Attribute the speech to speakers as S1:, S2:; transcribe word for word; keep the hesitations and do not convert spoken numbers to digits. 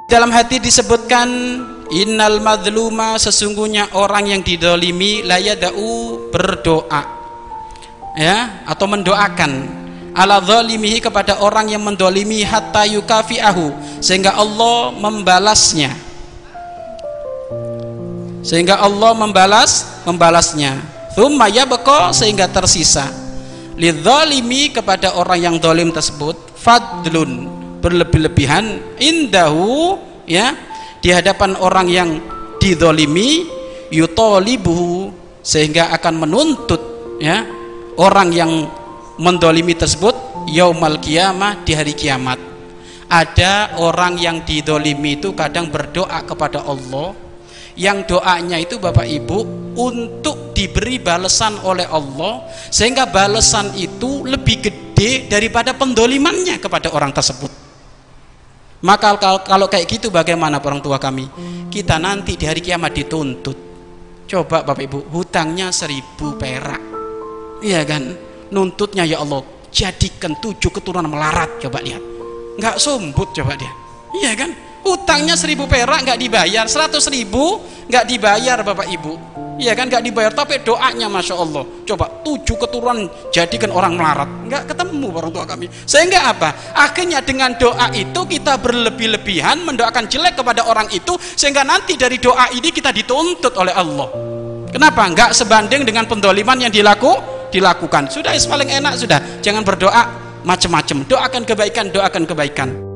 S1: Dalam hati disebutkan innal madluma, sesungguhnya orang yang didolimi, la yada'u, berdoa ya, atau mendoakan ala zalimihi, kepada orang yang mendolimi, hatta yukafi'ahu, sehingga Allah membalasnya sehingga Allah membalas membalasnya thumma yabqa, sehingga tersisa lidzalimi, kepada orang yang dolim tersebut, fadlun, berlebih-lebihan, indahu, ya, di hadapan orang yang didolimi, yutolibuhu, sehingga akan menuntut, ya, orang yang mendolimi tersebut, yaumal qiyamah, di hari kiamat. Ada orang yang didolimi itu kadang berdoa kepada Allah, yang doanya itu Bapak Ibu untuk diberi balasan oleh Allah, sehingga balasan itu lebih gede daripada pendolimannya kepada orang tersebut. Maka kalau, kalau kayak gitu bagaimana orang tua kami? Kita nanti di hari kiamat dituntut. Coba Bapak Ibu, hutangnya seribu perak, iya kan? Nuntutnya, ya Allah, jadikan tujuh keturunan melarat. Coba lihat, nggak sumbut, coba dia, iya kan? Hutangnya seribu perak nggak dibayar, seratus ribu nggak dibayar Bapak Ibu, iya kan, nggak dibayar, tapi doanya Masya Allah, coba tujuh keturunan jadikan orang melarat, nggak ketemu orang tua kami. Sehingga apa? Akhirnya dengan doa itu kita berlebih-lebihan mendoakan jelek kepada orang itu, sehingga nanti dari doa ini kita dituntut oleh Allah. Kenapa? Nggak sebanding dengan pendoliman yang dilaku, dilakukan. Sudah paling enak, sudah jangan berdoa macam-macam, doakan kebaikan, doakan kebaikan.